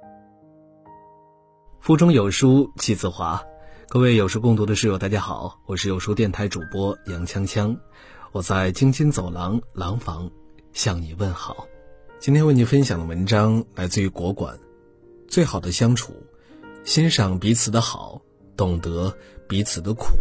腹中有书气自华，各位有书共读的室友大家好，我是有书电台主播杨锵锵，我在京津走廊廊坊向你问好。今天为你分享的文章来自于国馆，最好的相处，欣赏彼此的好，懂得彼此的苦。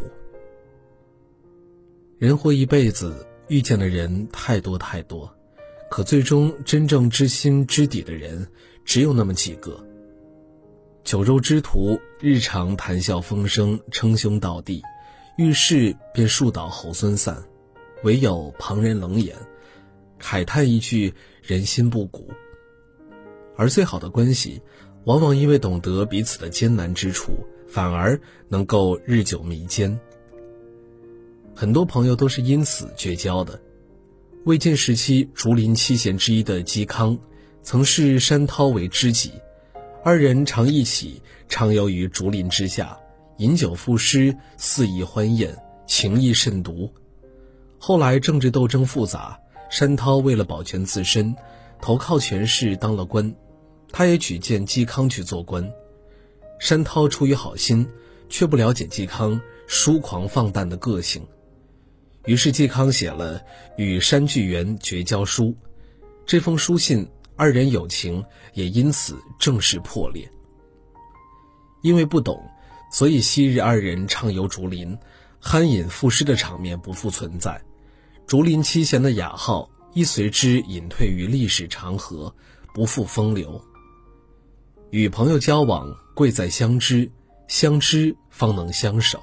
人活一辈子，遇见的人太多太多，可最终真正知心知底的人只有那么几个。酒肉之徒，日常谈笑风生，称兄道弟，遇事便树倒猢狲散，唯有旁人冷眼，慨叹一句人心不古。而最好的关系，往往因为懂得彼此的艰难之处，反而能够日久弥坚。很多朋友都是因此绝交的。魏晋时期竹林七贤之一的嵇康，曾视山涛为知己，二人常一起畅游于竹林之下，饮酒赋诗，肆意欢宴，情谊甚笃。后来政治斗争复杂，山涛为了保全自身，投靠权势当了官，他也举荐嵇康去做官。山涛出于好心，却不了解嵇康疏狂放诞的个性，于是嵇康写了与山巨源绝交书。这封书信，二人友情也因此正式破裂。因为不懂，所以昔日二人畅游竹林，酣饮赋诗的场面不复存在，竹林七贤的雅号亦随之隐退于历史长河，不复风流。与朋友交往，贵在相知，相知方能相守。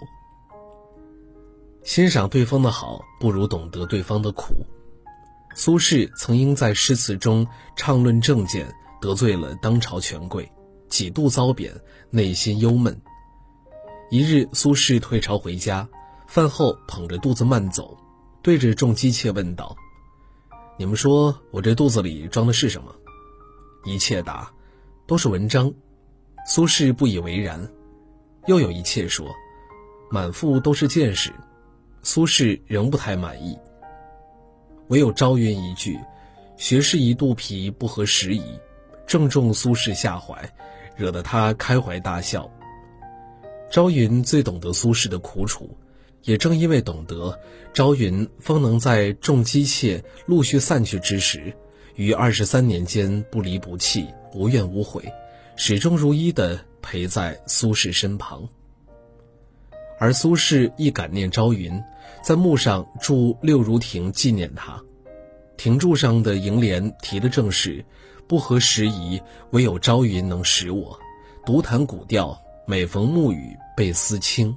欣赏对方的好，不如懂得对方的苦。苏轼曾因在诗词中畅论政见，得罪了当朝权贵，几度遭贬，内心忧闷。一日，苏轼退朝回家，饭后捧着肚子慢走，对着众姬妾问道：“你们说我这肚子里装的是什么？”一妾答：“都是文章。”苏轼不以为然。又有一妾说：“满腹都是见识。”苏轼仍不太满意。唯有朝云一句：“学士一肚皮，不合时宜”，正中苏轼下怀，惹得他开怀大笑。朝云最懂得苏轼的苦楚，也正因为懂得，朝云方能在众姬妾陆续散去之时，于23年间不离不弃，无怨无悔，始终如一地陪在苏轼身旁。而苏轼亦感念朝云，在墓上筑六如亭纪念他。亭柱上的楹联题的正是：“不合时宜，唯有朝云能使我，独弹古调，每逢暮雨倍思亲。”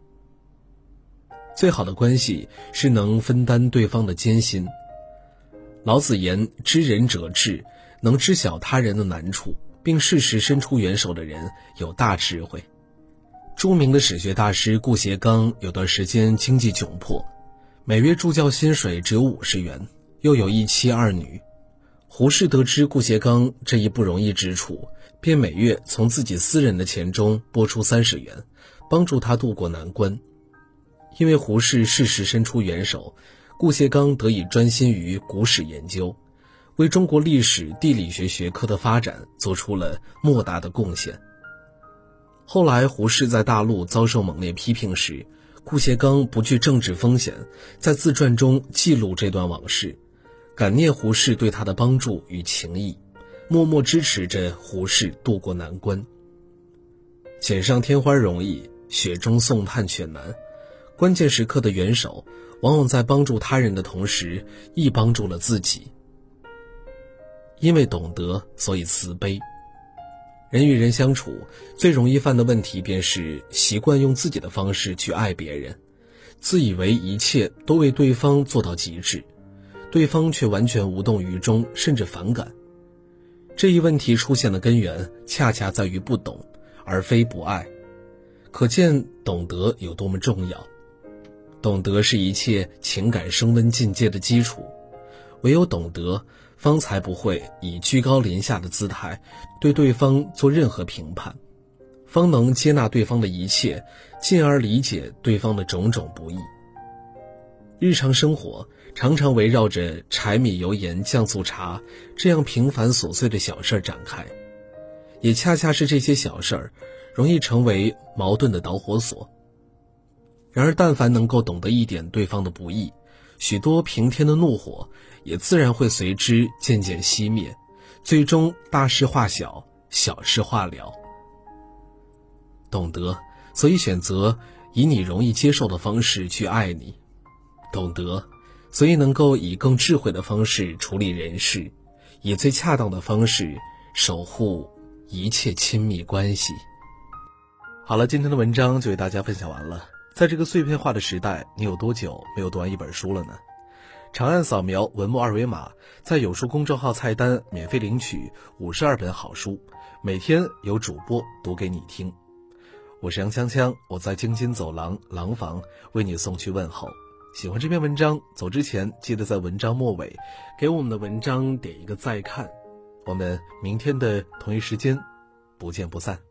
最好的关系是能分担对方的艰辛。老子言：“知人者智，能知晓他人的难处，并适时伸出援手的人有大智慧。”著名的史学大师顾颉刚有段时间经济窘迫，每月助教薪水只有50元，又有一妻二女。胡适得知顾颉刚这一不容易之处，便每月从自己私人的钱中拨出30元，帮助他渡过难关。因为胡适适时伸出援手，顾颉刚得以专心于古史研究，为中国历史地理学学科的发展做出了莫大的贡献。后来胡适在大陆遭受猛烈批评时，顾颉刚不惧政治风险，在自传中记录这段往事，感念胡适对他的帮助与情谊，默默支持着胡适渡过难关。锦上添花容易，雪中送炭却难，关键时刻的援手往往在帮助他人的同时亦帮助了自己。因为懂得，所以慈悲。人与人相处，最容易犯的问题便是习惯用自己的方式去爱别人，自以为一切都为对方做到极致，对方却完全无动于衷，甚至反感。这一问题出现的根源恰恰在于不懂，而非不爱。可见懂得有多么重要。懂得是一切情感升温境界的基础，唯有懂得，方才不会以居高临下的姿态对对方做任何评判，方能接纳对方的一切，进而理解对方的种种不易。日常生活常常围绕着柴米油盐酱醋茶这样平凡琐碎的小事展开， 也恰恰是这些小事儿，容易成为矛盾的导火索。然而但凡能够懂得一点对方的不易，许多平添的怒火也自然会随之渐渐熄灭，最终大事化小，小事化了。懂得，所以选择以你容易接受的方式去爱你；懂得，所以能够以更智慧的方式处理人事，以最恰当的方式守护一切亲密关系。好了，今天的文章就为大家分享完了。在这个碎片化的时代，你有多久没有读完一本书了呢？长按扫描文末二维码，在有书公众号菜单免费领取52本好书，每天有主播读给你听。我是杨锵锵，我在京津走廊廊坊为你送去问候。喜欢这篇文章，走之前记得在文章末尾给我们的文章点一个再看。我们明天的同一时间不见不散。